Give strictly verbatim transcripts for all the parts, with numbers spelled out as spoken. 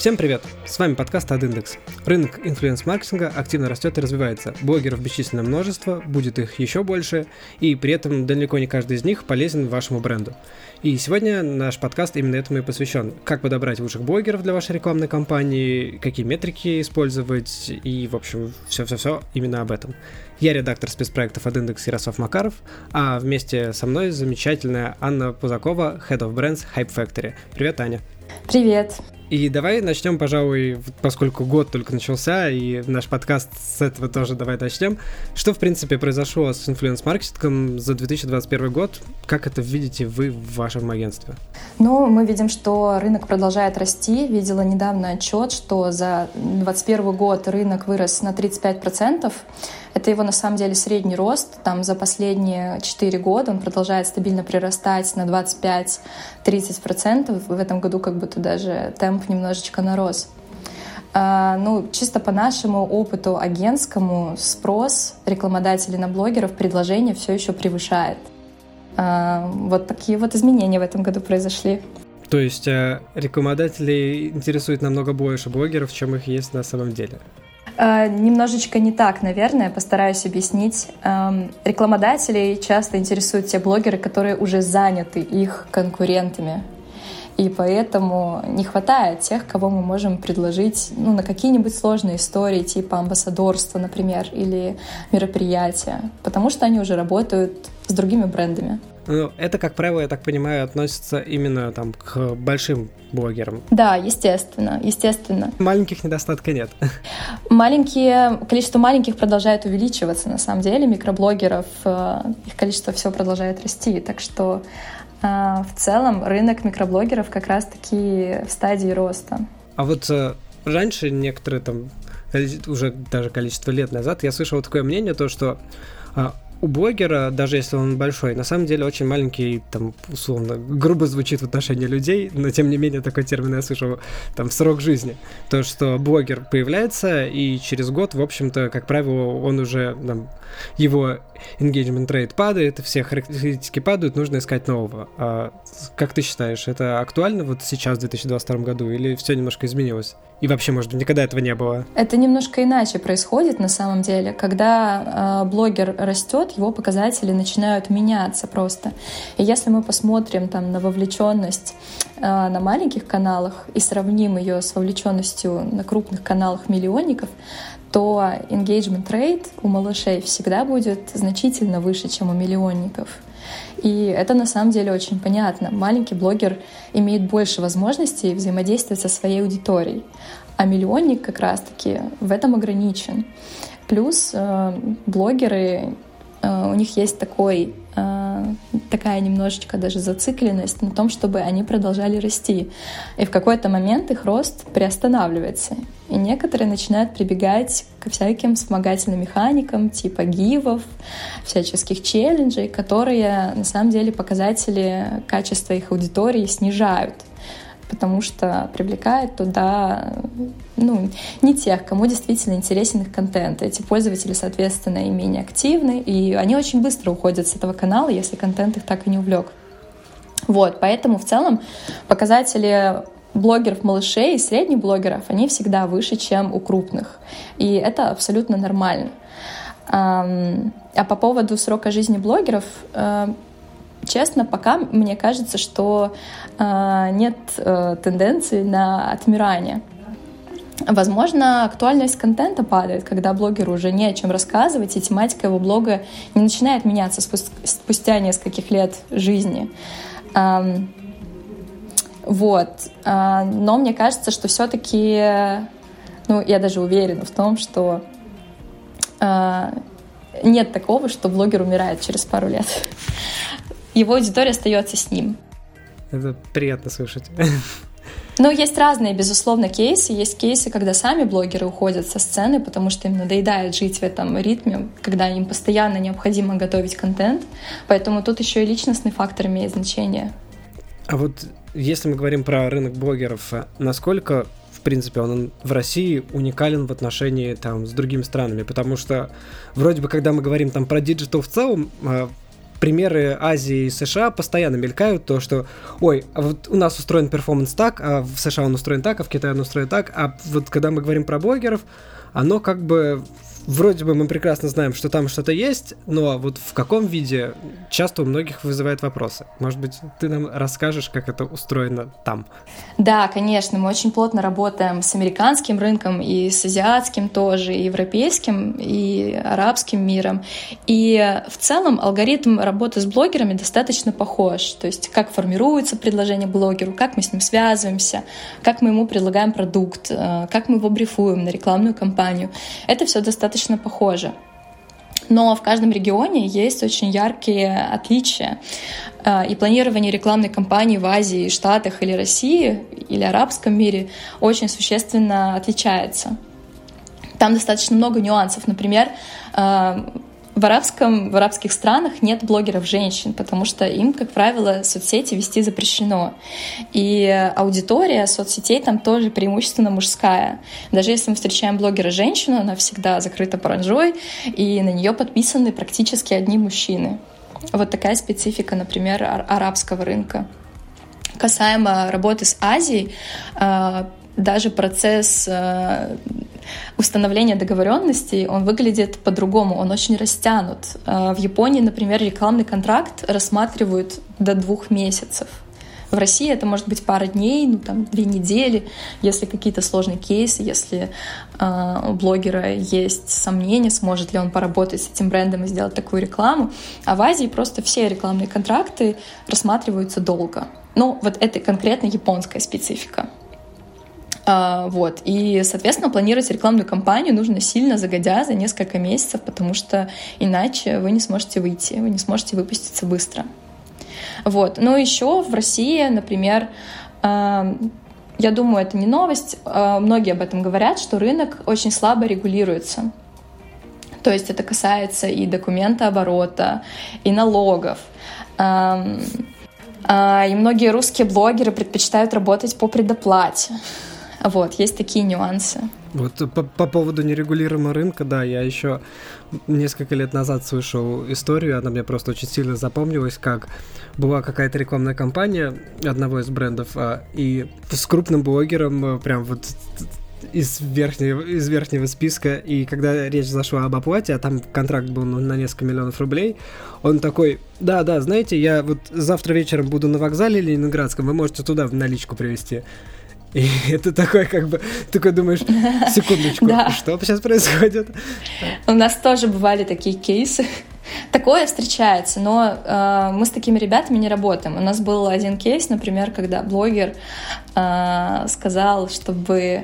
Всем привет! С вами подкаст AdIndex. Рынок инфлюенс-маркетинга активно растет и развивается. Блогеров бесчисленное множество, будет их еще больше, и при этом далеко не каждый из них полезен вашему бренду. И сегодня наш подкаст именно этому и посвящен. Как подобрать лучших блогеров для вашей рекламной кампании, какие метрики использовать и, в общем, все-все-все именно об этом. Я редактор спецпроектов AdIndex Ярослав Макаров, а вместе со мной замечательная Анна Пузакова, Head of Brands Hype Factory. Привет, Аня! Привет! И давай начнем, пожалуй, поскольку год только начался, и наш подкаст с этого тоже давай начнем. Что, в принципе, произошло с инфлюенс-маркетингом за две тысячи двадцать первый год? Как это видите вы в вашем агентстве? Ну, мы видим, что рынок продолжает расти. Видела недавно отчет, что за двадцать первый год рынок вырос на тридцать пять процентов. Это его, на самом деле, средний рост. Там за последние четыре года он продолжает стабильно прирастать на двадцать пять - тридцать процентов. В этом году как будто даже темп немножечко нарос. А, ну, чисто по нашему опыту агентскому спрос рекламодателей на блогеров, предложение все еще превышает. А, вот такие вот изменения в этом году произошли. То есть э, рекламодателей интересует намного больше блогеров, чем их есть на самом деле? Uh, немножечко не так, наверное, постараюсь объяснить. Um, рекламодателей часто интересуют те блогеры, которые уже заняты их конкурентами. И поэтому не хватает тех, кого мы можем предложить ну, на какие-нибудь сложные истории, типа амбассадорства, например, или мероприятия, потому что они уже работают с другими брендами. Ну, это, как правило, я так понимаю, относится именно там, к большим блогерам. Да, естественно, естественно. Маленьких недостатка нет. Маленькие, количество маленьких продолжает увеличиваться, на самом деле, микроблогеров, их количество все продолжает расти, так что в целом рынок микроблогеров как раз-таки в стадии роста. А вот раньше, некоторые там, уже даже количество лет назад, я слышал такое мнение, то, что у блогера, даже если он большой, на самом деле очень маленький, там, условно, грубо звучит в отношении людей, но тем не менее такой термин я слышал, там, срок жизни. То, что блогер появляется, и через год, в общем-то, как правило, он уже, там, его engagement rate падает, все характеристики падают, нужно искать нового. А как ты считаешь, это актуально вот сейчас, в две тысячи двадцать втором году, или все немножко изменилось? И вообще, может быть, никогда этого не было? Это немножко иначе происходит на самом деле. Когда э, блогер растет, его показатели начинают меняться просто. И если мы посмотрим там, на вовлеченность э, на маленьких каналах и сравним ее с вовлеченностью на крупных каналах миллионников, то engagement rate у малышей всегда будет значительно выше, чем у миллионников. И это на самом деле очень понятно. Маленький блогер имеет больше возможностей взаимодействовать со своей аудиторией, а миллионник как раз-таки в этом ограничен. Плюс э, блогеры, э, у них есть такой, э, такая немножечко даже зацикленность на том, чтобы они продолжали расти. И в какой-то момент их рост приостанавливается. И некоторые начинают прибегать ко всяким вспомогательным механикам, типа гивов, всяческих челленджей, которые на самом деле показатели качества их аудитории снижают, потому что привлекают туда ну, не тех, кому действительно интересен их контент. Эти пользователи, соответственно, и менее активны, и они очень быстро уходят с этого канала, если контент их так и не увлек. Вот, поэтому в целом показатели блогеров малышей и средних блогеров, они всегда выше, чем у крупных. И это абсолютно нормально. А по поводу срока жизни блогеров, честно, пока мне кажется, что нет тенденции на отмирание. Возможно, актуальность контента падает, когда блогеру уже не о чем рассказывать, и тематика его блога не начинает меняться спустя нескольких лет жизни. Вот. Но мне кажется, что все-таки, ну, я даже уверена в том, что нет такого, что блогер умирает через пару лет. Его аудитория остается с ним. Это приятно слышать. Ну, есть разные, безусловно, кейсы. Есть кейсы, когда сами блогеры уходят со сцены, потому что им надоедает жить в этом ритме, когда им постоянно необходимо готовить контент. Поэтому тут еще и личностный фактор имеет значение. А вот если мы говорим про рынок блогеров, насколько, в принципе, он в России уникален в отношении там, с другими странами? Потому что вроде бы, когда мы говорим там, про диджитал в целом, примеры Азии и США постоянно мелькают, то, что, ой, а вот у нас устроен перформанс так, а в США он устроен так, а в Китае он устроен так, а вот когда мы говорим про блогеров, оно как бы... Вроде бы мы прекрасно знаем, что там что-то есть, но вот в каком виде часто у многих вызывает вопросы. Может быть, ты нам расскажешь, как это устроено там? Да, конечно, мы очень плотно работаем с американским рынком и с азиатским тоже, и европейским, и арабским миром. И в целом алгоритм работы с блогерами достаточно похож. То есть как формируется предложение блогеру, как мы с ним связываемся, как мы ему предлагаем продукт, как мы его брифуем на рекламную кампанию. Это все достаточно достаточно похоже. Но в каждом регионе есть очень яркие отличия. И планирование рекламной кампании в Азии, Штатах или России, или арабском мире очень существенно отличается. Там достаточно много нюансов. Например, в, арабском, в арабских странах нет блогеров-женщин, потому что им, как правило, соцсети вести запрещено. И аудитория соцсетей там тоже преимущественно мужская. Даже если мы встречаем блогера-женщину, она всегда закрыта паранжой, и на нее подписаны практически одни мужчины. Вот такая специфика, например, арабского рынка. Касаемо работы с Азией, даже процесс установления договоренностей, он выглядит по-другому, он очень растянут. В Японии, например, рекламный контракт рассматривают до двух месяцев. В России это может быть пара дней, ну там две недели, если какие-то сложные кейсы, если э, у блогера есть сомнения, сможет ли он поработать с этим брендом и сделать такую рекламу. А в Азии просто все рекламные контракты рассматриваются долго. Ну, вот это конкретно японская специфика. Uh, вот. И, соответственно, планировать рекламную кампанию нужно сильно загодя, за несколько месяцев, потому что иначе вы не сможете выйти, вы не сможете выпуститься быстро. Вот. Но еще в России, например, uh, я думаю, это не новость, uh, многие об этом говорят, что рынок очень слабо регулируется. То есть это касается и документооборота, и налогов. Uh, uh, и многие русские блогеры предпочитают работать по предоплате. Вот, есть такие нюансы. Вот по, по поводу нерегулируемого рынка, да, я еще несколько лет назад слышал историю, она мне просто очень сильно запомнилась, как была какая-то рекламная кампания одного из брендов, и с крупным блогером прям вот из верхнего, из верхнего списка, и когда речь зашла об оплате, а там контракт был на несколько миллионов рублей, он такой: да-да, знаете, я вот завтра вечером буду на вокзале Ленинградском, вы можете туда в наличку привезти. И это такой, как бы, такой думаешь, секундочку, да. Что сейчас происходит? У нас тоже бывали такие кейсы. Такое встречается, но э, мы с такими ребятами не работаем. У нас был один кейс, например, когда блогер э, сказал, чтобы...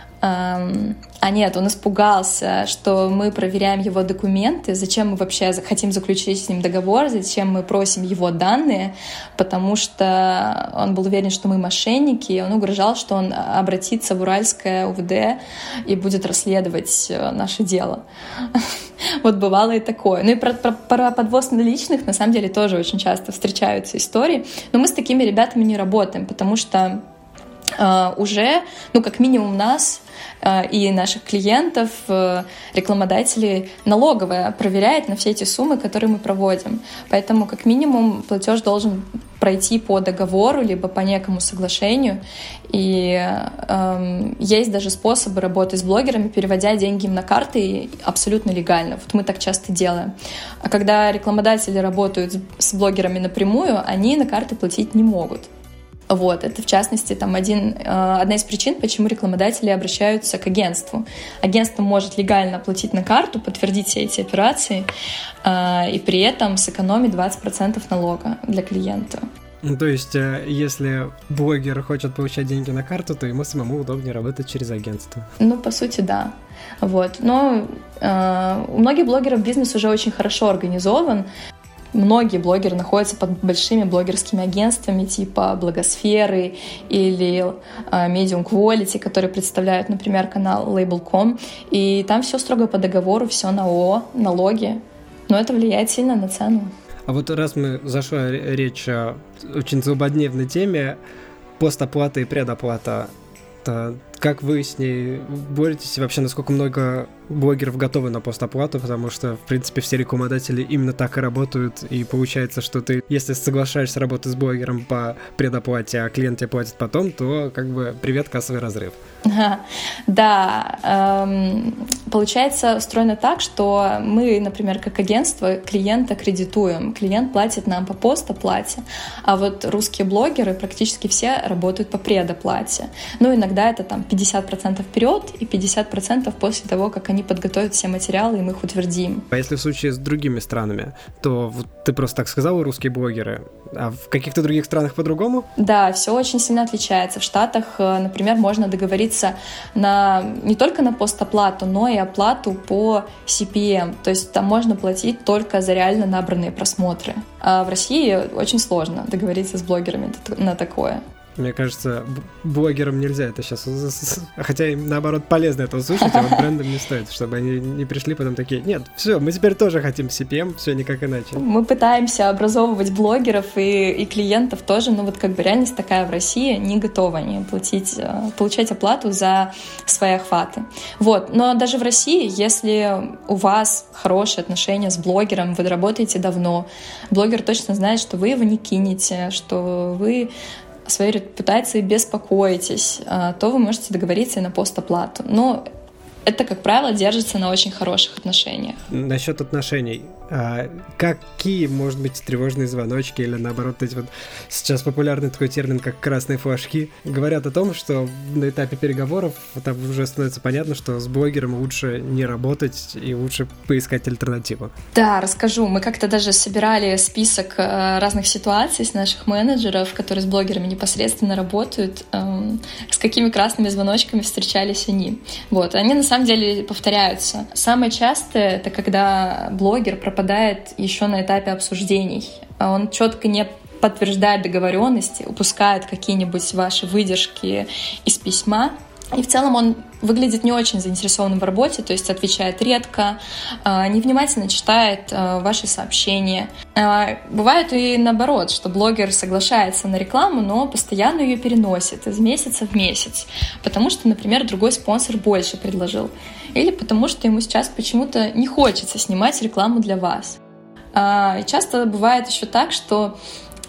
Эм, а нет, он испугался, что мы проверяем его документы, зачем мы вообще хотим заключить с ним договор, зачем мы просим его данные, потому что он был уверен, что мы мошенники, и он угрожал, что он обратится в Уральское УВД и будет расследовать наше дело. Вот бывало и такое. Ну и про, про, про подвоз наличных на самом деле тоже очень часто встречаются истории, но мы с такими ребятами не работаем, потому что Uh, уже, ну, как минимум нас uh, и наших клиентов, uh, рекламодатели налоговая проверяет на все эти суммы, которые мы проводим. Поэтому, как минимум, платеж должен пройти по договору, либо по некому соглашению. И uh, есть даже способы работы с блогерами, переводя деньги им на карты абсолютно легально. Вот мы так часто делаем. А когда рекламодатели работают с блогерами напрямую, они на карты платить не могут. Вот, это, в частности, там один, одна из причин, почему рекламодатели обращаются к агентству. Агентство может легально оплатить на карту, подтвердить все эти операции и при этом сэкономить двадцать процентов налога для клиента. Ну, то есть, если блогер хочет получать деньги на карту, то ему самому удобнее работать через агентство. Ну, по сути, да. Вот. Но э, у многих блогеров бизнес уже очень хорошо организован. Многие блогеры находятся под большими блогерскими агентствами типа Благосферы или uh, Medium Quality, которые представляют, например, канал Label точка ком. И там все строго по договору, все на ООО, налоги. Но это влияет сильно на цену. А вот раз мы зашла речь о очень злободневной теме, постоплата и предоплата, то как вы с ней боретесь? Вообще, насколько много блогеров готовы на постоплату, потому что, в принципе, все рекламодатели именно так и работают, и получается, что ты, если соглашаешься работать с блогером по предоплате, а клиент тебе платит потом, то как бы привет, кассовый разрыв. Да, эм, получается устроено так, что мы, например, как агентство клиента кредитуем, клиент платит нам по постоплате, а вот русские блогеры практически все работают по предоплате. Ну, иногда это там пятьдесят процентов вперед и пятьдесят процентов после того, как они подготовят все материалы, и мы их утвердим. А если в случае с другими странами, то вот ты просто так сказала, русские блогеры, а в каких-то других странах по-другому? Да, все очень сильно отличается. В Штатах, например, можно договориться на, не только на постоплату, но и оплату по си пи эм. То есть там можно платить только за реально набранные просмотры. А в России очень сложно договориться с блогерами на такое. Мне кажется, блогерам нельзя это сейчас... Хотя им, наоборот, полезно это услышать, а вот брендам не стоит, чтобы они не пришли потом такие: нет, все, мы теперь тоже хотим си пи эм, все никак иначе. Мы пытаемся образовывать блогеров и, и клиентов тоже, но вот как бы реальность такая в России, не готовы они платить, получать оплату за свои охваты. Вот. Но даже в России, если у вас хорошие отношения с блогером, вы работаете давно, блогер точно знает, что вы его не кинете, что вы о своей репутации беспокоитесь, то вы можете договориться и на постоплату. Но это, как правило, держится на очень хороших отношениях. Насчет отношений. А какие, может быть, тревожные звоночки или, наоборот, эти вот сейчас популярный такой термин, как красные флажки, говорят о том, что на этапе переговоров там уже становится понятно, что с блогером лучше не работать и лучше поискать альтернативу? Да, расскажу. Мы как-то даже собирали список разных ситуаций с наших менеджеров, которые с блогерами непосредственно работают, с какими красными звоночками встречались они. Вот. Они на самом деле повторяются. Самое частое — это когда блогер пропадает еще на этапе обсуждений. Он четко не подтверждает договоренности, упускает какие-нибудь ваши выдержки из письма. И в целом он выглядит не очень заинтересованным в работе, то есть отвечает редко, невнимательно читает ваши сообщения. Бывает и наоборот, что блогер соглашается на рекламу, но постоянно ее переносит из месяца в месяц, потому что, например, другой спонсор больше предложил, или потому что ему сейчас почему-то не хочется снимать рекламу для вас. И часто бывает еще так, что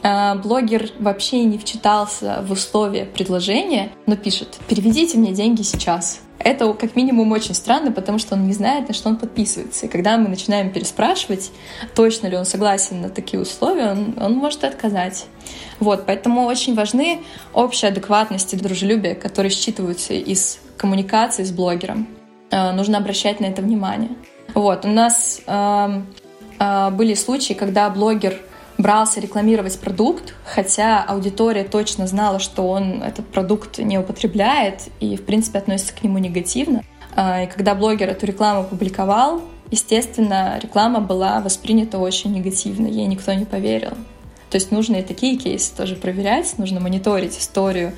блогер вообще не вчитался в условия предложения, но пишет: «Переведите мне деньги сейчас». Это как минимум очень странно, потому что он не знает, на что он подписывается. И когда мы начинаем переспрашивать, точно ли он согласен на такие условия, он, он может отказать. Вот, поэтому очень важны общая адекватность и дружелюбие, которые считываются из коммуникации с блогером. Э, нужно обращать на это внимание. Вот, у нас э, э, были случаи, когда блогер брался рекламировать продукт, хотя аудитория точно знала, что он этот продукт не употребляет и, в принципе, относится к нему негативно. И когда блогер эту рекламу публиковал, естественно, реклама была воспринята очень негативно, ей никто не поверил. То есть нужно и такие кейсы тоже проверять, нужно мониторить историю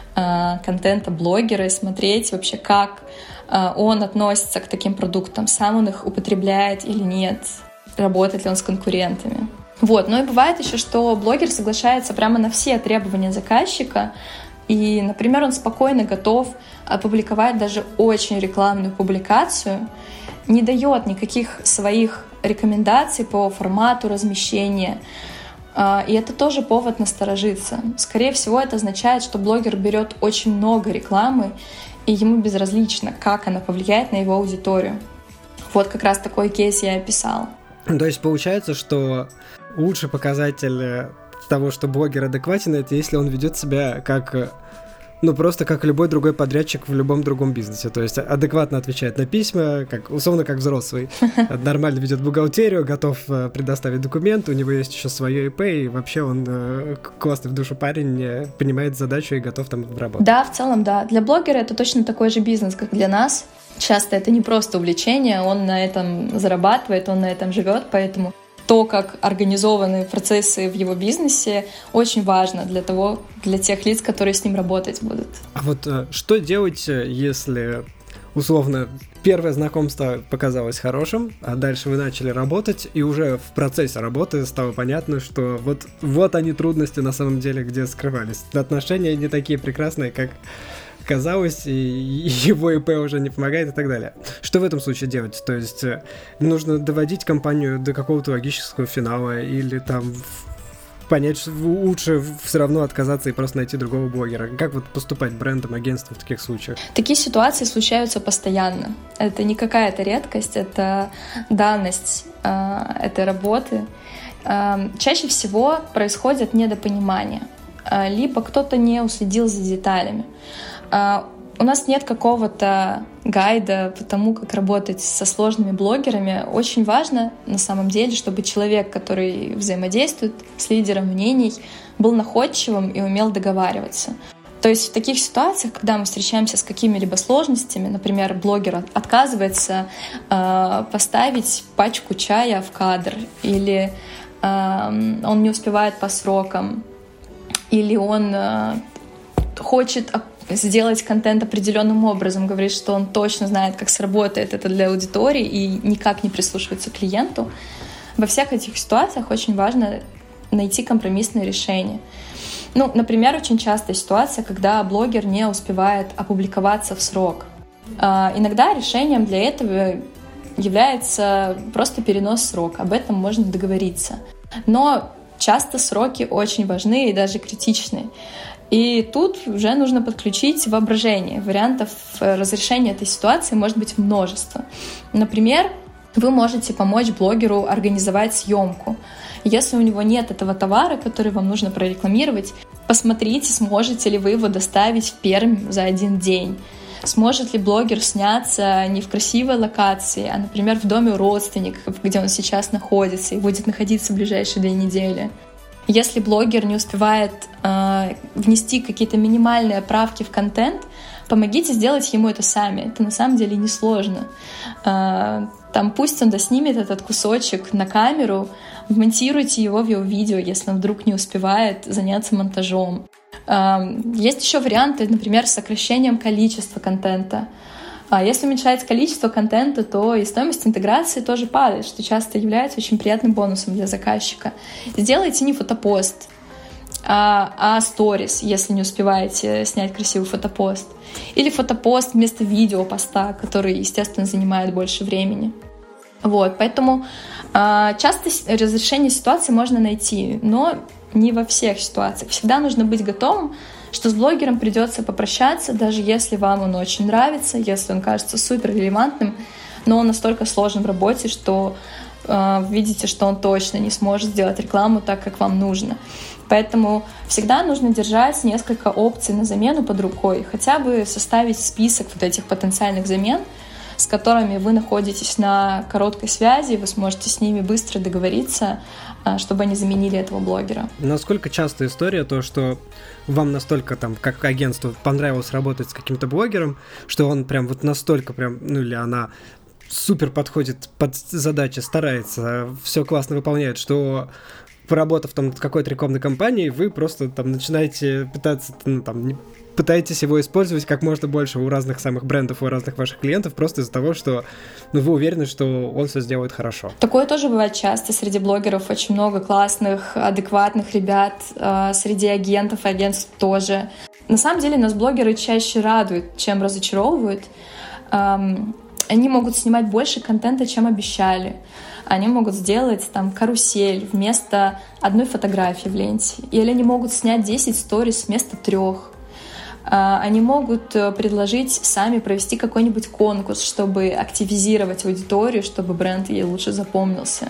контента блогера и смотреть вообще, как он относится к таким продуктам, сам он их употребляет или нет, работает ли он с конкурентами. Вот. Но и бывает еще, что блогер соглашается прямо на все требования заказчика, и, например, он спокойно готов опубликовать даже очень рекламную публикацию, не дает никаких своих рекомендаций по формату размещения, и это тоже повод насторожиться. Скорее всего, это означает, что блогер берет очень много рекламы, и ему безразлично, как она повлияет на его аудиторию. Вот как раз такой кейс я описала. То есть получается, что лучший показатель того, что блогер адекватен, это если он ведет себя как, ну, просто как любой другой подрядчик в любом другом бизнесе. То есть адекватно отвечает на письма, как, условно, как взрослый. Нормально ведет бухгалтерию, готов предоставить документы, у него есть еще свое ИП, и вообще он классный в душу парень, понимает задачу и готов там работать. Да, в целом, да. Для блогера это точно такой же бизнес, как для нас. Часто это не просто увлечение, он на этом зарабатывает, он на этом живет, поэтому то, как организованы процессы в его бизнесе, очень важно для того, для тех лиц, которые с ним работать будут. А вот что делать, если, условно, первое знакомство показалось хорошим, а дальше вы начали работать, и уже в процессе работы стало понятно, что вот, вот они трудности на самом деле, где скрывались. Отношения не такие прекрасные, как казалось, и его ИП уже не помогает и так далее. Что в этом случае делать? То есть нужно доводить компанию до какого-то логического финала или там понять, что лучше все равно отказаться и просто найти другого блогера? Как вот поступать брендом, агентством в таких случаях? Такие ситуации случаются постоянно. Это не какая-то редкость, это данность э, этой работы. Э, чаще всего происходит недопонимание. Э, либо кто-то не уследил за деталями. Э, у нас нет какого-то гайда по тому, как работать со сложными блогерами. Очень важно, на самом деле, чтобы человек, который взаимодействует с лидером мнений, был находчивым и умел договариваться. То есть в таких ситуациях, когда мы встречаемся с какими-либо сложностями, например, блогер отказывается э, поставить пачку чая в кадр, или э, он не успевает по срокам, или он э, хочет сделать контент определенным образом, говорит, что он точно знает, как сработает это для аудитории и никак не прислушивается к клиенту. Во всех этих ситуациях очень важно найти компромиссное решение. Ну, например, очень частая ситуация, когда блогер не успевает опубликоваться в срок. А, иногда решением для этого является просто перенос срока. Об этом можно договориться. Но часто сроки очень важны и даже критичны. И тут уже нужно подключить воображение. Вариантов разрешения этой ситуации может быть множество. Например, вы можете помочь блогеру организовать съемку. Если у него нет этого товара, который вам нужно прорекламировать, посмотрите, сможете ли вы его доставить в Пермь за один день. Сможет ли блогер сняться не в красивой локации, а, например, в доме у родственников, где он сейчас находится и будет находиться в ближайшие две недели. Если блогер не успевает э, внести какие-то минимальные правки в контент, помогите сделать ему это сами. Это на самом деле несложно. Э, там пусть он доснимет этот кусочек на камеру, монтируйте его в его видео, если он вдруг не успевает заняться монтажом. Э, есть еще варианты, например, с сокращением количества контента. А если уменьшается количество контента, то и стоимость интеграции тоже падает, что часто является очень приятным бонусом для заказчика. Сделайте не фотопост, а, а сторис, если не успеваете снять красивый фотопост. Или фотопост вместо видеопоста, который, естественно, занимает больше времени. Вот, поэтому а, часто разрешение ситуации можно найти, но не во всех ситуациях. Всегда нужно быть готовым, что с блогером придется попрощаться, даже если вам он очень нравится, если он кажется супер релевантным, но он настолько сложен в работе, что э, видите, что он точно не сможет сделать рекламу так, как вам нужно. Поэтому всегда нужно держать несколько опций на замену под рукой, хотя бы составить список вот этих потенциальных замен, с которыми вы находитесь на короткой связи, вы сможете с ними быстро договориться, чтобы они заменили этого блогера. Насколько частая история то, что вам настолько там, как агентству, понравилось работать с каким-то блогером, что он прям вот настолько прям, ну или она супер подходит под задачи, старается, все классно выполняет, что поработав там в какой-то рекламной кампании, вы просто там начинаете пытаться, ну там, не пытаетесь его использовать как можно больше у разных самых брендов, у разных ваших клиентов, просто из-за того, что ну, вы уверены, что он все сделает хорошо. Такое тоже бывает часто. Среди блогеров очень много классных, адекватных ребят, э, среди агентов и агентств тоже. На самом деле нас блогеры чаще радуют, чем разочаровывают. Эм, они могут снимать больше контента, чем обещали. Они могут сделать там карусель вместо одной фотографии в ленте. Или они могут снять десять сторис вместо трех. Они могут предложить сами провести какой-нибудь конкурс, чтобы активизировать аудиторию, чтобы бренд ей лучше запомнился.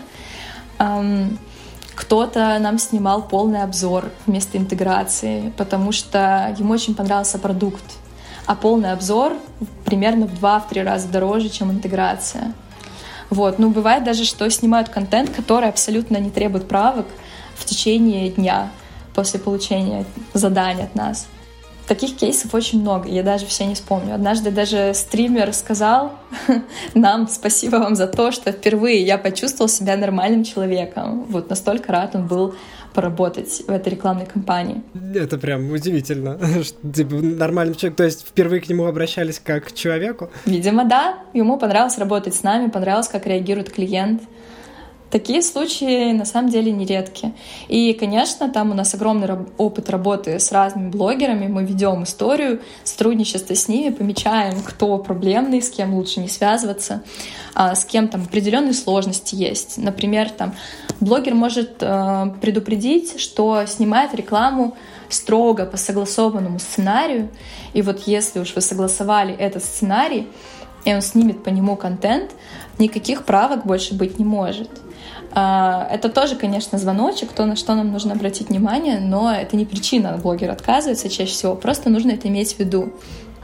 Кто-то нам снимал полный обзор вместо интеграции, потому что ему очень понравился продукт. А полный обзор примерно в два-три раза дороже, чем интеграция. Вот. Ну, бывает даже, что снимают контент, который абсолютно не требует правок в течение дня после получения задания от нас. Таких кейсов очень много, я даже все не вспомню. Однажды даже стример сказал нам спасибо вам за то, что впервые я почувствовал себя нормальным человеком. Вот настолько рад он был поработать в этой рекламной кампании. Это прям удивительно. Типа нормальный человек, то есть впервые к нему обращались как к человеку? Видимо, да. Ему понравилось работать с нами, понравилось, как реагирует клиент. Такие случаи на самом деле нередки. И, конечно, там у нас огромный раб- опыт работы с разными блогерами. Мы ведем историю, сотрудничество с ними, помечаем, кто проблемный, с кем лучше не связываться, а с кем там определенные сложности есть. Например, там блогер может э, предупредить, что снимает рекламу строго по согласованному сценарию. И вот если уж вы согласовали этот сценарий, и он снимет по нему контент, никаких правок больше быть не может. Это тоже, конечно, звоночек, то, на что нам нужно обратить внимание, но это не причина, блогер отказывается чаще всего, просто нужно это иметь в виду.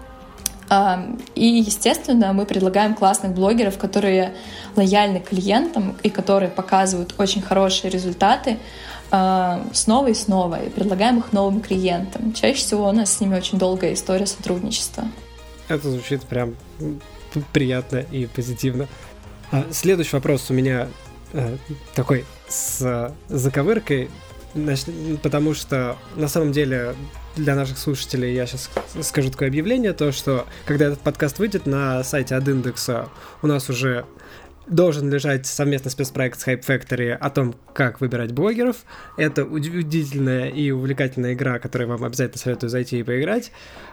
И, естественно, мы предлагаем классных блогеров, которые лояльны клиентам и которые показывают очень хорошие результаты снова и снова, и предлагаем их новым клиентам. Чаще всего у нас с ними очень долгая история сотрудничества. Это звучит прям приятно и позитивно. Следующий вопрос у меня такой с заковыркой, потому что на самом деле для наших слушателей я сейчас скажу такое объявление, то что когда этот подкаст выйдет на сайте Адиндекса, у нас уже должен лежать совместный спецпроект с Hype Factory о том, как выбирать блогеров. Это удивительная и увлекательная игра, которую вам обязательно советую зайти и поиграть.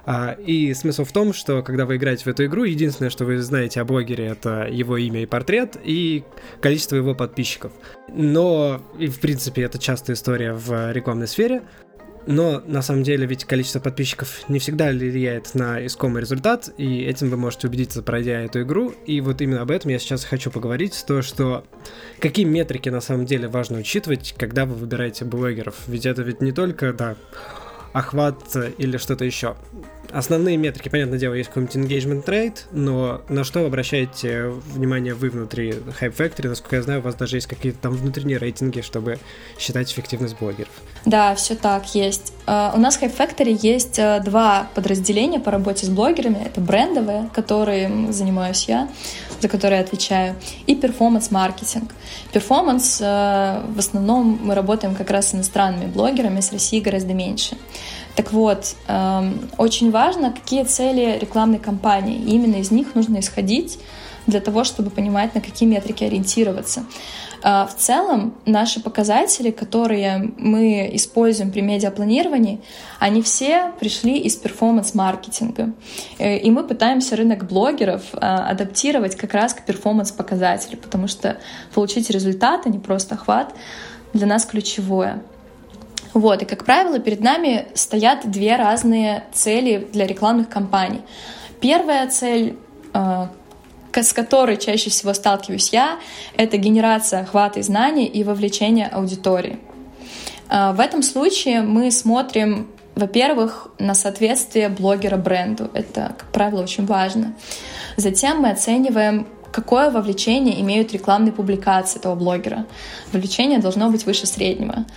И смысл в том, что когда вы играете в эту игру, единственное, что вы знаете о блогере, это его имя и портрет, и количество его подписчиков. Но, и в принципе, это частая история в рекламной сфере. Но на самом деле ведь количество подписчиков не всегда влияет на искомый результат, и этим вы можете убедиться, пройдя эту игру. И вот именно об этом я сейчас хочу поговорить, то что какие метрики на самом деле важно учитывать, когда вы выбираете блогеров. Ведь это ведь не только, да, охват или что-то еще. Основные метрики, понятное дело, есть какой-нибудь engagement rate, но на что вы обращаете внимание вы внутри Hype Factory? Насколько я знаю, у вас даже есть какие-то там внутренние рейтинги, чтобы считать эффективность блогеров. Да, все так, есть. Uh, у нас в Hype Factory есть uh, два подразделения по работе с блогерами. Это брендовые, которыми занимаюсь я, за которые я отвечаю, и перформанс-маркетинг. Перформанс, uh, в основном мы работаем как раз с иностранными блогерами, с Россией гораздо меньше. Так вот, эм, очень важно, какие цели рекламной кампании. И именно из них нужно исходить для того, чтобы понимать, на какие метрики ориентироваться. Э, в целом, наши показатели, которые мы используем при медиапланировании, они все пришли из перформанс-маркетинга. Э, и мы пытаемся рынок блогеров э, адаптировать как раз к перформанс-показателю, потому что получить результат, а не просто охват, для нас ключевое. Вот, и, как правило, перед нами стоят две разные цели для рекламных кампаний. Первая цель, э, с которой чаще всего сталкиваюсь я, это генерация охвата и знаний и вовлечение аудитории. Э, в этом случае мы смотрим, во-первых, на соответствие блогера бренду. Это, как правило, очень важно. Затем мы оцениваем, какое вовлечение имеют рекламные публикации этого блогера. Вовлечение должно быть выше среднего.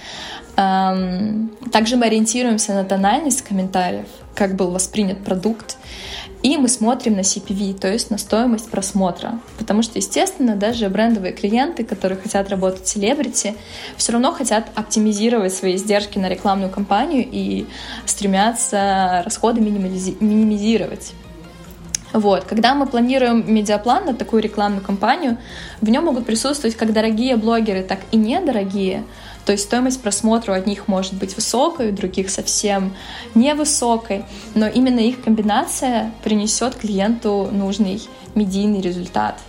Также мы ориентируемся на тональность комментариев, как был воспринят продукт, и мы смотрим на си пи ви, то есть на стоимость просмотра. Потому что, естественно, даже брендовые клиенты, которые хотят работать с селебрити, все равно хотят оптимизировать свои издержки на рекламную кампанию и стремятся расходы минимизи- минимизировать. Вот. Когда мы планируем медиаплан на такую рекламную кампанию, в нем могут присутствовать как дорогие блогеры, так и недорогие. То есть стоимость просмотра у одних может быть высокой, у других совсем невысокой, но именно их комбинация принесет клиенту нужный медийный результат.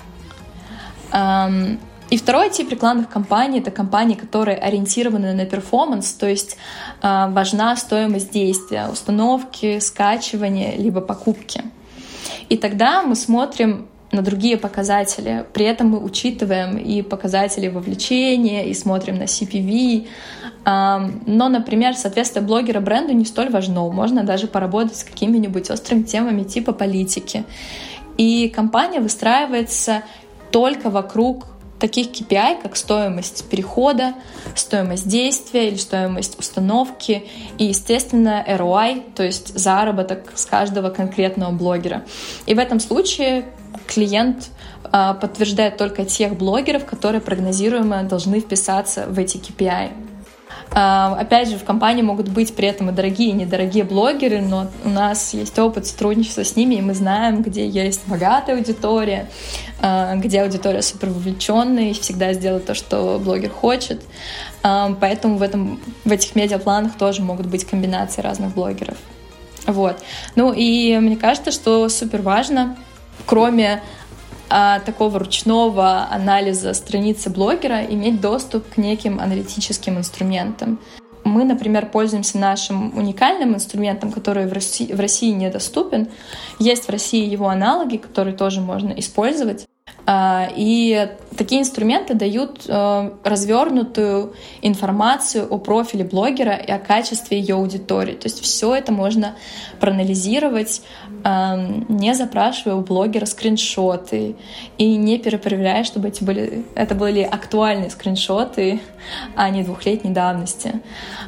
И второй тип рекламных кампаний — это кампании, которые ориентированы на перформанс, то есть важна стоимость действия, установки, скачивания, либо покупки. И тогда мы смотрим на другие показатели. При этом мы учитываем и показатели вовлечения, и смотрим на си пи ви. Но, например, соответствие блогера бренду не столь важно. Можно даже поработать с какими-нибудь острыми темами типа политики. И кампания выстраивается только вокруг таких кей пи ай, как стоимость перехода, стоимость действия или стоимость установки и, естественно, эр о ай, то есть заработок с каждого конкретного блогера. И в этом случае клиент а, подтверждает только тех блогеров, которые прогнозируемо должны вписаться в эти кей пи ай. Опять же, в компании могут быть при этом и дорогие, и недорогие блогеры, но у нас есть опыт сотрудничества с ними, и мы знаем, где есть богатая аудитория, где аудитория супер вовлеченная и всегда сделает то, что блогер хочет. Поэтому в, этом, в этих медиапланах тоже могут быть комбинации разных блогеров. Вот. Ну и мне кажется, что супер важно, кроме а, такого ручного анализа страницы блогера, иметь доступ к неким аналитическим инструментам. Мы, например, пользуемся нашим уникальным инструментом, который в России, в России недоступен. Есть в России его аналоги, которые тоже можно использовать. И такие инструменты дают развернутую информацию о профиле блогера и о качестве ее аудитории. То есть все это можно проанализировать, не запрашивая у блогера скриншоты и не перепроверяя, чтобы эти были, это были актуальные скриншоты, а не двухлетней давности.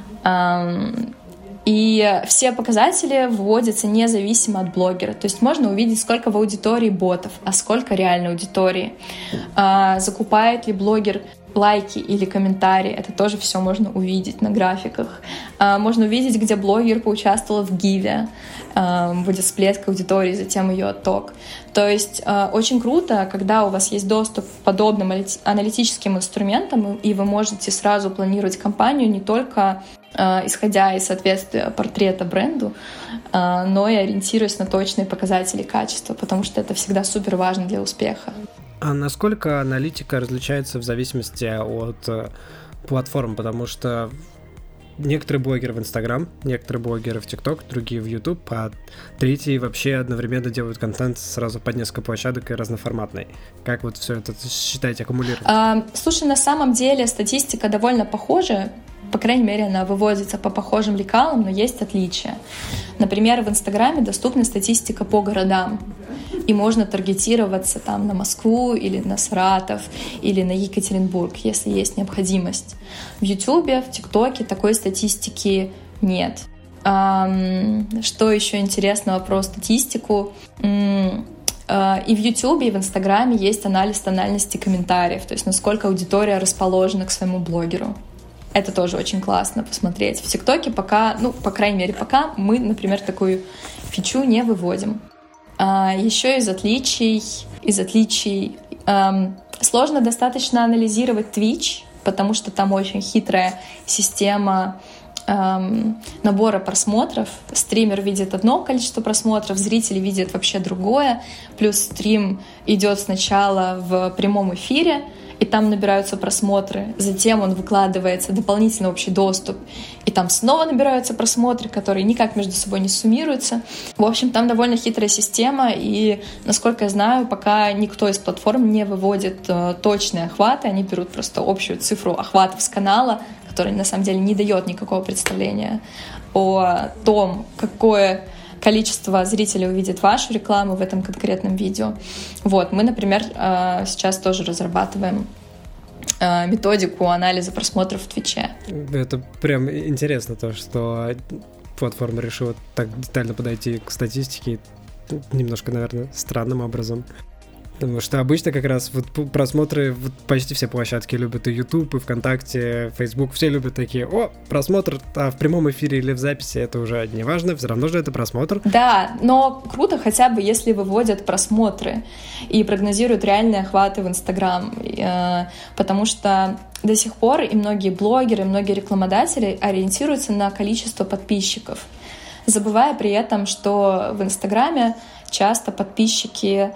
И все показатели вводятся независимо от блогера. То есть можно увидеть, сколько в аудитории ботов, а сколько реальной аудитории. А, закупает ли блогер лайки или комментарии. Это тоже все можно увидеть на графиках. А, можно увидеть, где блогер поучаствовал в гиве. А, будет всплеск аудитории, затем ее отток. То есть а, очень круто, когда у вас есть доступ к подобным аналитическим инструментам, и вы можете сразу планировать кампанию не только исходя из соответствия портрета бренду, но и ориентируясь на точные показатели качества, потому что это всегда супер важно для успеха. А насколько аналитика различается в зависимости от платформ? Потому что некоторые блогеры в Инстаграм, некоторые блогеры в ТикТок, другие в Ютуб, а третьи вообще одновременно делают контент сразу под несколько площадок и разноформатный. Как вот все это, считаете, аккумулировать? А, слушай, на самом деле статистика довольно похожа. По крайней мере, она выводится по похожим лекалам, но есть отличия. Например, в Инстаграме доступна статистика по городам, и можно таргетироваться там на Москву или на Саратов или на Екатеринбург, если есть необходимость. В Ютубе, в ТикТоке такой статистики нет. Что еще интересного про статистику? И в Ютубе, и в Инстаграме есть анализ тональности комментариев, то есть насколько аудитория расположена к своему блогеру. Это тоже очень классно посмотреть. В ТикТоке пока, ну, по крайней мере, пока мы, например, такую фичу не выводим. А, еще из отличий, из отличий эм, сложно достаточно анализировать Twitch, потому что там очень хитрая система эм, набора просмотров. Стример видит одно количество просмотров, зрители видят вообще другое. Плюс стрим идет сначала в прямом эфире, и там набираются просмотры, затем он выкладывается дополнительно в общий доступ, и там снова набираются просмотры, которые никак между собой не суммируются. В общем, там довольно хитрая система, и, насколько я знаю, пока никто из платформ не выводит э, точные охваты, они берут просто общую цифру охватов с канала, которая на самом деле не дает никакого представления о том, какое количество зрителей увидит вашу рекламу в этом конкретном видео. Вот, мы, например, сейчас тоже разрабатываем методику анализа просмотров в Твиче. Это прям интересно, то, что платформа решила так детально подойти к статистике, немножко, наверное, странным образом. Потому что обычно как раз вот просмотры, вот почти все площадки любят, и YouTube, и ВКонтакте, Facebook, все любят такие: о, просмотр, а в прямом эфире или в записи это уже не важно, все равно же это просмотр. Да, но круто хотя бы, если выводят просмотры и прогнозируют реальные охваты в Инстаграм, потому что до сих пор и многие блогеры, и многие рекламодатели ориентируются на количество подписчиков, забывая при этом, что в Инстаграме часто подписчики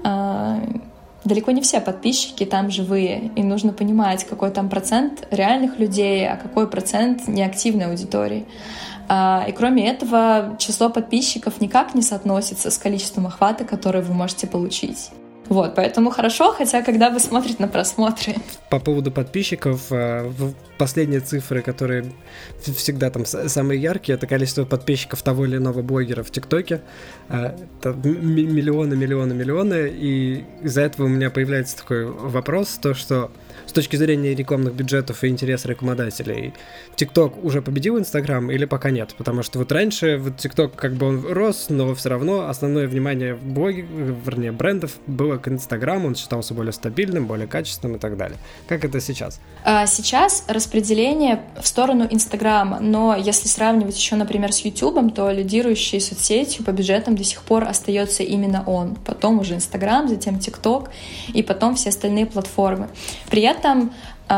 далеко не все подписчики там живые, и нужно понимать, какой там процент реальных людей, а какой процент неактивной аудитории. И кроме этого, число подписчиков никак не соотносится с количеством охвата, который вы можете получить. Вот, поэтому хорошо, хотя когда вы смотрите на просмотры. По поводу подписчиков, последние цифры, которые всегда там самые яркие, это количество подписчиков того или иного блогера в ТикТоке. Это миллионы, миллионы, миллионы, и из-за этого у меня появляется такой вопрос, то что с точки зрения рекламных бюджетов и интереса рекламодателей, ТикТок уже победил Инстаграм или пока нет? Потому что вот раньше вот ТикТок как бы он рос, но все равно основное внимание блогеров, вернее брендов было к Инстаграму, он считался более стабильным, более качественным и так далее. Как это сейчас? Сейчас распределение в сторону Инстаграма, но если сравнивать еще, например, с Ютубом, то лидирующей соцсетью по бюджетам до сих пор остается именно он. Потом уже Инстаграм, затем ТикТок и потом все остальные платформы. При этом,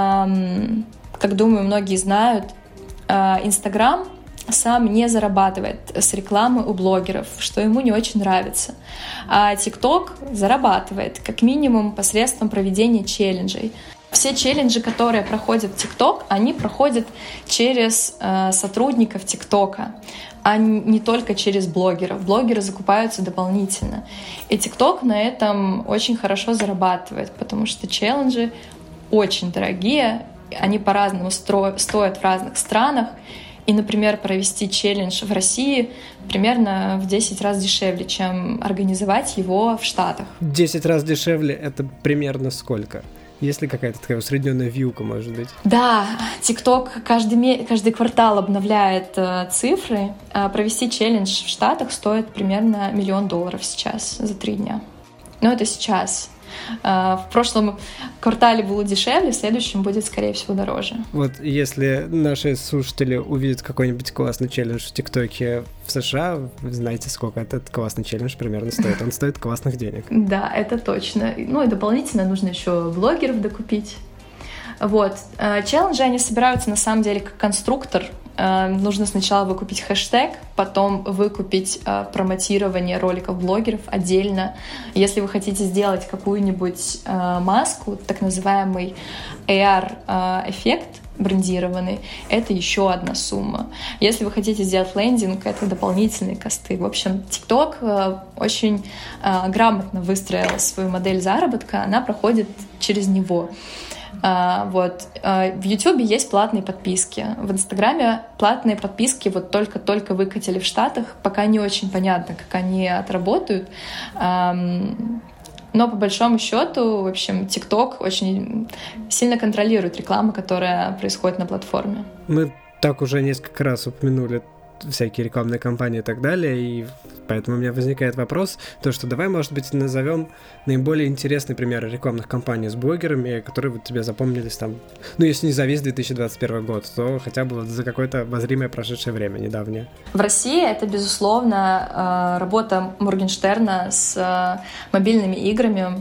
эм, как думаю, многие знают, Инстаграм э, сам не зарабатывает с рекламы у блогеров, что ему не очень нравится. А ТикТок зарабатывает, как минимум, посредством проведения челленджей. Все челленджи, которые проходят ТикТок, они проходят через э, сотрудников ТикТока, а не только через блогеров. Блогеры закупаются дополнительно. И ТикТок на этом очень хорошо зарабатывает, потому что челленджи очень дорогие, они по-разному стро- стоят в разных странах. И, например, провести челлендж в России примерно в десять раз дешевле, чем организовать его в Штатах. десять раз дешевле — это примерно сколько? Есть ли какая-то такая усредненная вьюка, может быть? Да, TikTok каждый, ме- каждый квартал обновляет э, цифры. А провести челлендж в Штатах стоит примерно миллион долларов сейчас за три дня. Но это сейчас. В прошлом квартале было дешевле, в следующем будет, скорее всего, дороже. Вот если наши слушатели увидят какой-нибудь классный челлендж в ТикТоке в США, вы знаете, сколько этот классный челлендж примерно стоит. Он стоит классных денег. Да, это точно. Ну и дополнительно нужно еще блогеров докупить. Вот. Челленджи, они собираются на самом деле как конструктор. Нужно сначала выкупить хэштег, потом выкупить промотирование роликов блогеров отдельно. Если вы хотите сделать какую-нибудь маску, так называемый эй ар-эффект брендированный, это еще одна сумма. Если вы хотите сделать лендинг, это дополнительные косты. В общем, TikTok очень грамотно выстроила свою модель заработка, она проходит через него. Uh, вот. Uh, в Ютубе есть платные подписки. В Инстаграме платные подписки вот только-только выкатили в Штатах. Пока не очень понятно, как они отработают. Um, но по большому счету, в общем, TikTok очень сильно контролирует рекламу, которая происходит на платформе. Мы так уже несколько раз упомянули всякие рекламные кампании и так далее, и поэтому у меня возникает вопрос, то, что давай, может быть, назовем наиболее интересные примеры рекламных кампаний с блогерами, которые вот тебе запомнились там, ну, если не за весь две тысячи двадцать первый год, то хотя бы вот за какое-то обозримое прошедшее время, недавнее. В России это, безусловно, работа Моргенштерна с мобильными играми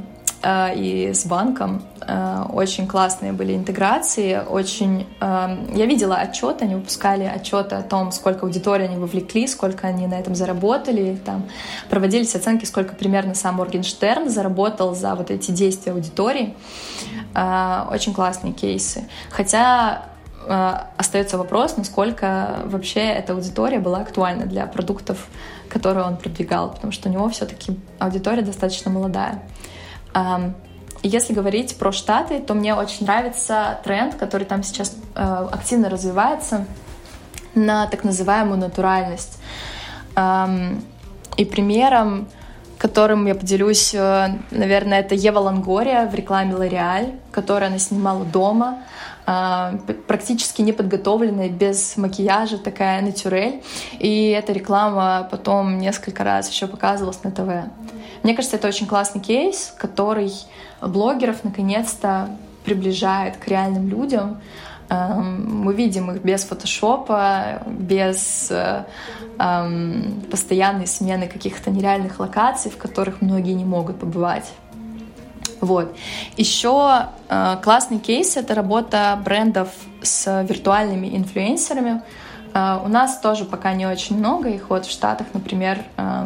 и с банком. Очень классные были интеграции, очень... Я видела отчет, они выпускали отчеты о том, сколько аудитории они вовлекли, сколько они на этом заработали, там проводились оценки, сколько примерно сам Моргенштерн заработал за вот эти действия аудитории. Очень классные кейсы. Хотя остается вопрос, насколько вообще эта аудитория была актуальна для продуктов, которые он продвигал, потому что у него все-таки аудитория достаточно молодая. Если говорить про Штаты, то мне очень нравится тренд, который там сейчас э, активно развивается, на так называемую натуральность. Эм, и примером, которым я поделюсь, э, наверное, это Ева Лонгория в рекламе L'Oréal, которую она снимала дома, э, практически неподготовленная, без макияжа, такая натюрель. И эта реклама потом несколько раз еще показывалась на ТВ. Мне кажется, это очень классный кейс, который блогеров наконец-то приближает к реальным людям. Мы видим их без фотошопа, без постоянной смены каких-то нереальных локаций, в которых многие не могут побывать. Вот. Еще классный кейс — это работа брендов с виртуальными инфлюенсерами. У нас тоже пока не очень много их. Вот в Штатах, например,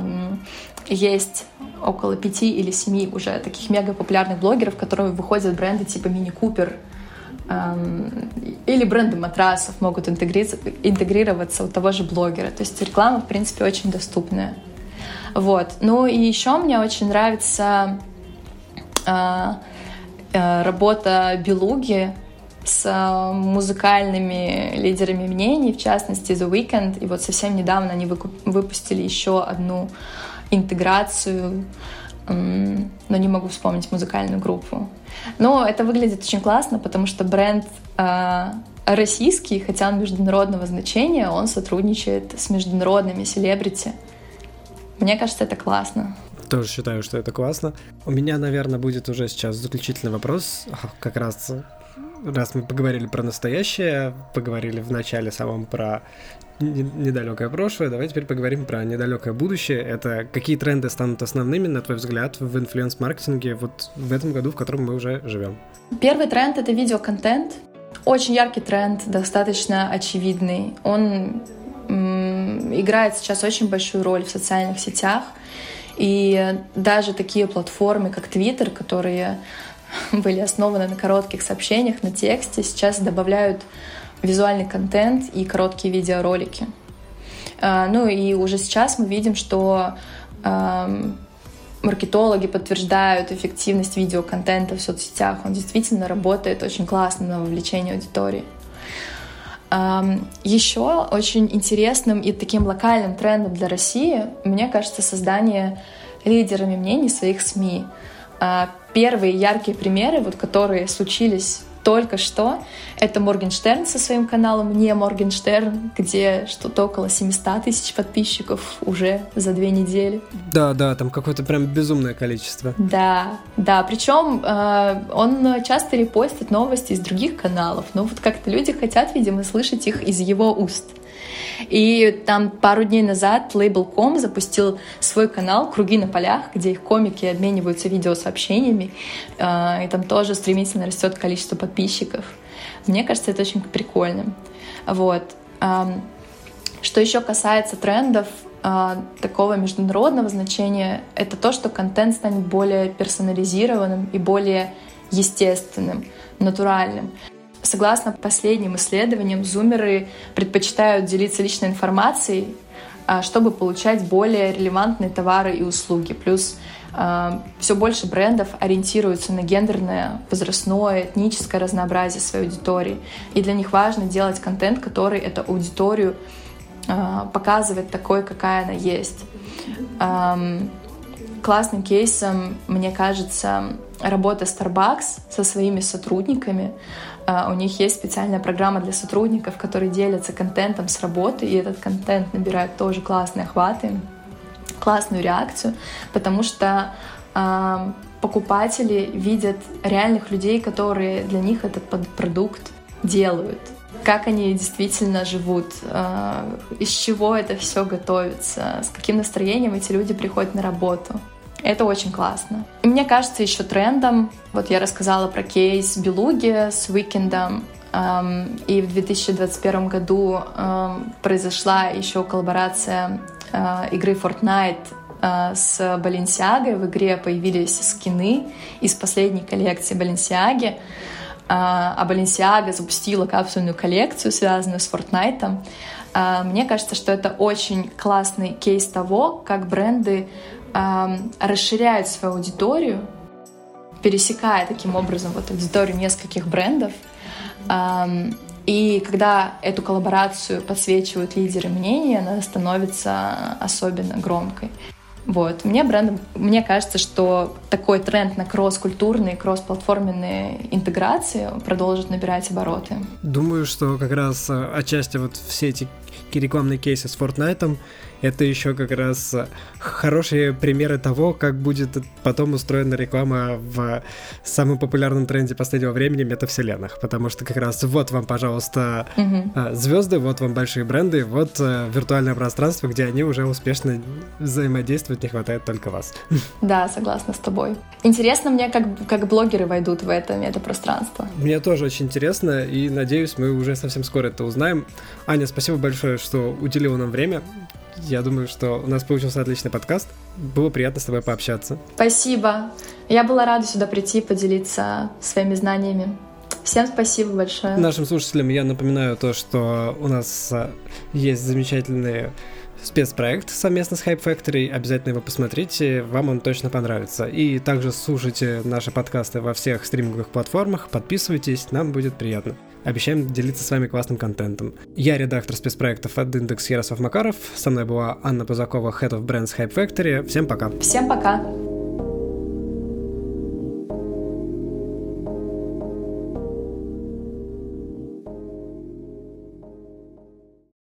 есть около пяти или семи уже таких мега популярных блогеров, которые выходят бренды типа Mini Cooper эм, или бренды матрасов могут интегри- интегрироваться у того же блогера. То есть реклама, в принципе, очень доступная. Вот. Ну и еще мне очень нравится э, э, работа Белуги с музыкальными лидерами мнений, в частности The Weeknd. И вот совсем недавно они выкуп- выпустили еще одну интеграцию, но не могу вспомнить музыкальную группу. Но это выглядит очень классно, потому что бренд э, российский, хотя он международного значения, он сотрудничает с международными селебрити. Мне кажется, это классно. Тоже считаю, что это классно. У меня, наверное, будет уже сейчас заключительный вопрос, как раз раз мы поговорили про настоящее, поговорили в начале самом про недалекое прошлое, давай теперь поговорим про недалекое будущее. Это какие тренды станут основными, на твой взгляд, в инфлюенс-маркетинге вот в этом году, в котором мы уже живем? Первый тренд — это видеоконтент. Очень яркий тренд, достаточно очевидный. Он м- играет сейчас очень большую роль в социальных сетях. И даже такие платформы, как Twitter, которые были основаны на коротких сообщениях, на тексте, сейчас добавляют визуальный контент и короткие видеоролики. Ну и уже сейчас мы видим, что маркетологи подтверждают эффективность видеоконтента в соцсетях. Он действительно работает очень классно на вовлечение аудитории. Еще очень интересным и таким локальным трендом для России, мне кажется, создание лидерами мнений своих СМИ. Первые яркие примеры, вот, которые случились только что, это Моргенштерн со своим каналом «Не Моргенштерн», где что-то около семьсот тысяч подписчиков уже за две недели. Да, да, там какое-то прям безумное количество. Да, да, причем э, он часто репостит новости из других каналов, но вот как-то люди хотят, видимо, слышать их из его уст. И там пару дней назад Label точка ком запустил свой канал «Круги на полях», где их комики обмениваются видеосообщениями, и там тоже стремительно растет количество подписчиков. Мне кажется, это очень прикольно. Вот. Что еще касается трендов такого международного значения, это то, что контент станет более персонализированным и более естественным, натуральным. Согласно последним исследованиям, зумеры предпочитают делиться личной информацией, чтобы получать более релевантные товары и услуги. Плюс все больше брендов ориентируются на гендерное, возрастное, этническое разнообразие своей аудитории. И для них важно делать контент, который эту аудиторию показывает такой, какая она есть. Классным кейсом, мне кажется, работа Starbucks со своими сотрудниками. У них есть специальная программа для сотрудников, которые делятся контентом с работы, и этот контент набирает тоже классные охваты, классную реакцию, потому что э, покупатели видят реальных людей, которые для них этот продукт делают, как они действительно живут, э, из чего это все готовится, с каким настроением эти люди приходят на работу. Это очень классно. И мне кажется, еще трендом, вот я рассказала про кейс Белуги с Уикендом, эм, и в две тысячи двадцать первом году эм, произошла еще коллаборация э, игры Fortnite э, с Balenciaga. В игре появились скины из последней коллекции Balenciaga, э, а Balenciaga запустила капсульную коллекцию, связанную с Fortnite. Э, мне кажется, что это очень классный кейс того, как бренды расширяют свою аудиторию, пересекая таким образом вот аудиторию нескольких брендов. И когда эту коллаборацию подсвечивают лидеры мнений, она становится особенно громкой. Вот. Мне, брендом, мне кажется, что такой тренд на кросс-культурные, кросс-платформенные интеграции продолжит набирать обороты. Думаю, что как раз отчасти вот все эти рекламные кейсы с Fortnite — это еще как раз хорошие примеры того, как будет потом устроена реклама в самом популярном тренде последнего времени — метавселенных. Потому что как раз вот вам, пожалуйста, mm-hmm. звезды, вот вам большие бренды, вот виртуальное пространство, где они уже успешно взаимодействуют, не хватает только вас. Да, согласна с тобой. Интересно мне, как, как блогеры войдут в это метапространство. Мне тоже очень интересно, и надеюсь, мы уже совсем скоро это узнаем. Аня, спасибо большое, что уделила нам время. Я думаю, что у нас получился отличный подкаст. Было приятно с тобой пообщаться. Спасибо. Я была рада сюда прийти, поделиться своими знаниями. Всем спасибо большое. Нашим слушателям я напоминаю то, что у нас есть замечательный спецпроект совместно с Hype Factory. Обязательно его посмотрите, вам он точно понравится. И также слушайте наши подкасты во всех стриминговых платформах, подписывайтесь, нам будет приятно. Обещаем делиться с вами классным контентом. Я редактор спецпроектов от Индекс Ярослав Макаров. Со мной была Анна Пузакова, Head of Brands Hype Factory. Всем пока. Всем пока.